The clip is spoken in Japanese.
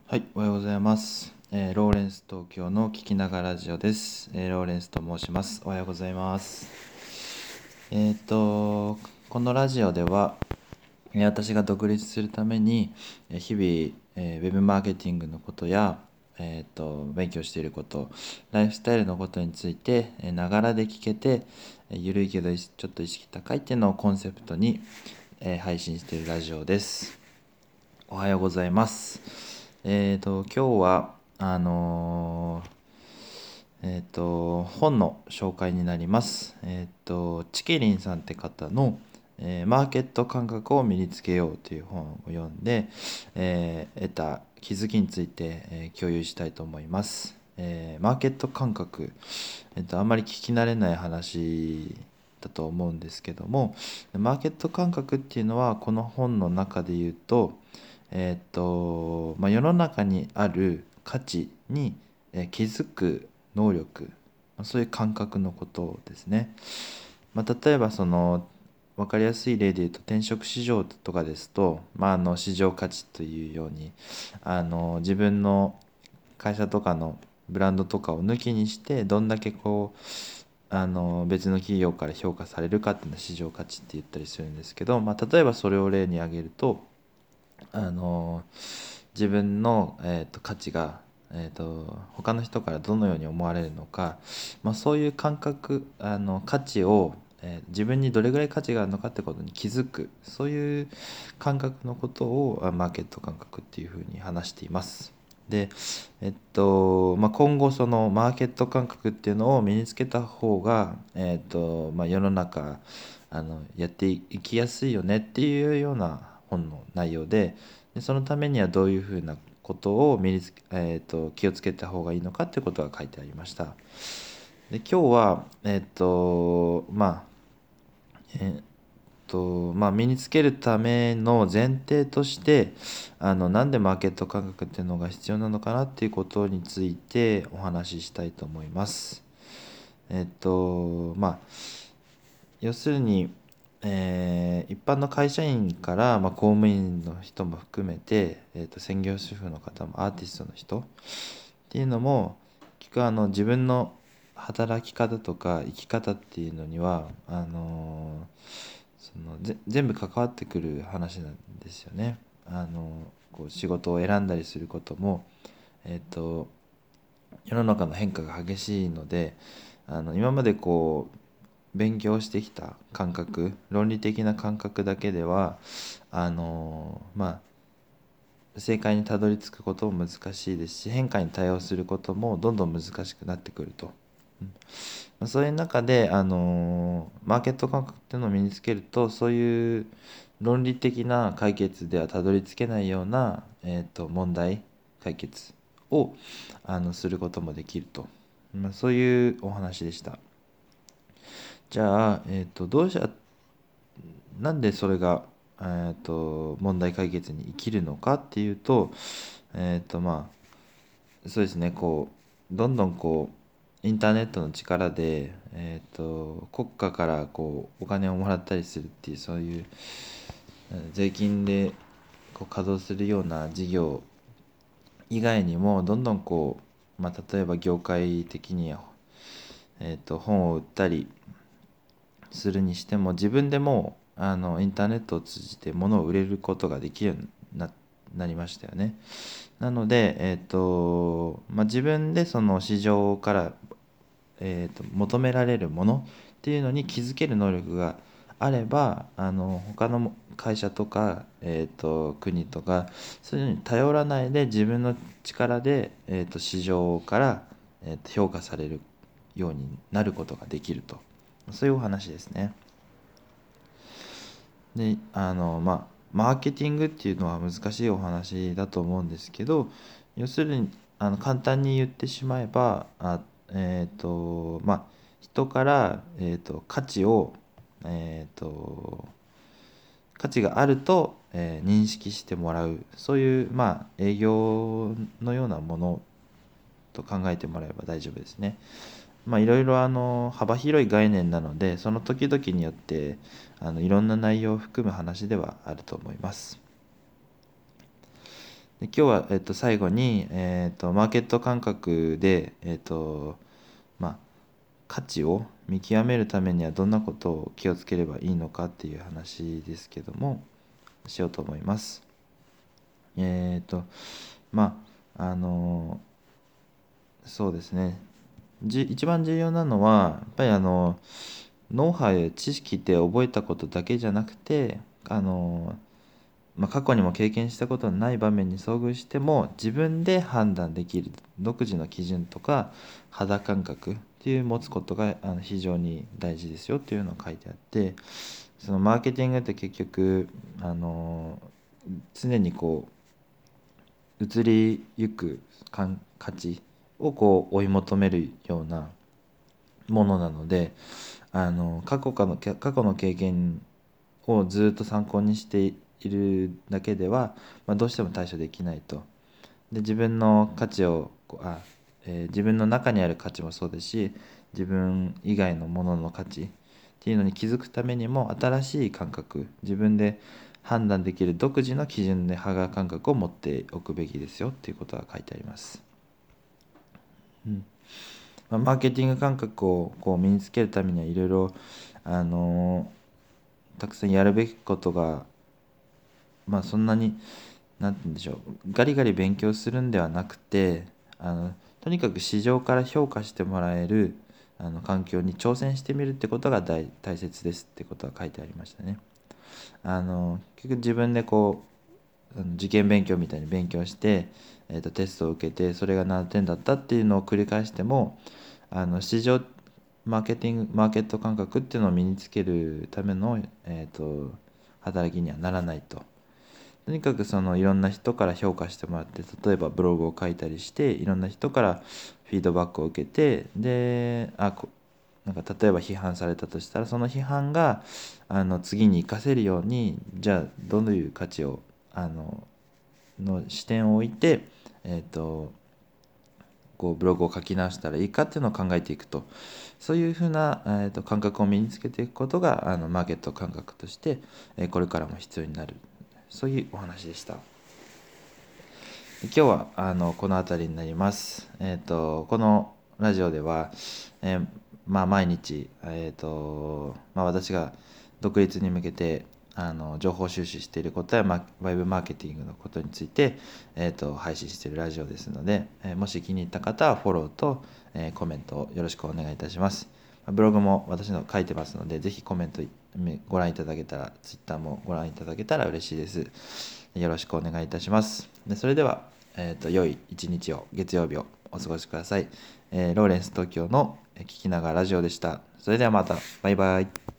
はい、おはようございます。ローレンス東京の聞きながらラジオです。ローレンスと申します。おはようございます。このラジオでは、私が独立するために、日々、ウェブマーケティングのことや、勉強していること、ライフスタイルのことについて、ながらで聞けて、ゆるいけどちょっと意識高いっていうのをコンセプトに、配信しているラジオです。おはようございます。今日は、本の紹介になります。チキリンさんって方の、マーケット感覚を身につけようという本を読んで、得た気づきについて、共有したいと思います。マーケット感覚、あんまり聞き慣れない話だと思うんですけども、マーケット感覚っていうのはこの本の中で言うと、世の中にある価値に気づく能力、そういう感覚のことですね。例えば分かりやすい例で言うと転職市場とかですと、市場価値というように自分の会社とかのブランドとかを抜きにしてどんだけ別の企業から評価されるかっていうのは市場価値って言ったりするんですけど、例えばそれを例に挙げるとあの自分の、価値が、他の人からどのように思われるのか、そういう感覚価値を、自分にどれぐらい価値があるのかってことに気づく、そういう感覚のことをマーケット感覚っていうふうに話しています。で、今後そのマーケット感覚っていうのを身につけた方が、世の中やっていきやすいよねっていうような本の内容で、そのためにはどういうふうなことを気をつけた方がいいのかっていうことが書いてありました。で今日は身につけるための前提としてなんでマーケット感覚っていうのが必要なのかなっていうことについてお話ししたいと思います。えっとまあ要するに、一般の会社員から、公務員の人も含めて、専業主婦の方もアーティストの人っていうのも結局自分の働き方とか生き方っていうのには全部関わってくる話なんですよね。こう仕事を選んだりすることも、世の中の変化が激しいので今まで勉強してきた感覚、論理的な感覚だけでは正解にたどり着くことも難しいですし、変化に対応することもどんどん難しくなってくると。そういう中でマーケット感覚っていうのを身につけると、そういう論理的な解決ではたどり着けないような、問題解決をすることもできると、そういうお話でした。じゃあ、どうしたなんでそれが、問題解決に生きるのかっていうと、そうですね、どんどんインターネットの力で、国家からお金をもらったりするっていう、そういう税金で稼働するような事業以外にも、どんどん例えば業界的には、本を売ったりするにしても、自分でもインターネットを通じて物を売れることができるようになりましたよね。なので、自分でその市場から、求められるものっていうのに気づける能力があれば他の会社とか、国とかそういうのに頼らないで自分の力で、市場から、評価されるようになることができると、そういうお話ですね。でマーケティングっていうのは難しいお話だと思うんですけど、要するに簡単に言ってしまえば人から、価値を、価値があると、認識してもらう、そういう、営業のようなものと考えてもらえば大丈夫ですね。いろいろ幅広い概念なので、その時々によっていろんな内容を含む話ではあると思います。 で今日は、最後に、マーケット感覚で、まあ、価値を見極めるためにはどんなことを気をつければいいのかっていう話ですけども、しようと思います。まあそうですね。一番重要なのはやっぱりノウハウや知識って覚えたことだけじゃなくて過去にも経験したことのない場面に遭遇しても自分で判断できる独自の基準とか肌感覚っていう持つことが非常に大事ですよっていうのが書いてあって、そのマーケティングって結局常に移りゆく価値を追い求めるようなものなので、過去の経験をずっと参考にしているだけでは、どうしても対処できないと。で自分の価値を自分の中にある価値もそうですし、自分以外のものの価値っていうのに気づくためにも新しい感覚、自分で判断できる独自の基準で肌感覚を持っておくべきですよっていうことが書いてあります。マーケティング感覚を身につけるためにはいろいろたくさんやるべきことがそんなになんて言うんでしょう、ガリガリ勉強するんではなくて、とにかく市場から評価してもらえる環境に挑戦してみるってことが大切ですってことが書いてありましたね。結局自分で受験勉強みたいに勉強して、テストを受けてそれが何点だったっていうのを繰り返しても市場マーケット感覚っていうのを身につけるための、働きにはならないと。とにかくいろんな人から評価してもらって、例えばブログを書いたりしていろんな人からフィードバックを受けて、でなんか例えば批判されたとしたらその批判が次に活かせるように、じゃあどういう価値をの視点を置いて、ブログを書き直したらいいかっていうのを考えていくと、そういうふうな、感覚を身につけていくことがマーケット感覚として、これからも必要になる、そういうお話でした。今日はこの辺りになります。このラジオでは、毎日、私が独立に向けて情報収集していることや、ウェブマーケティングのことについて、配信しているラジオですので、もし気に入った方はフォローと、コメントをよろしくお願いいたします。ブログも私の書いてますので、ぜひコメントご覧いただけたら、ツイッターもご覧いただけたら嬉しいです。よろしくお願いいたします。それでは、良い一日を、月曜日をお過ごしください。ローレンス東京の聞きながらラジオでした。それではまた。バイバイ。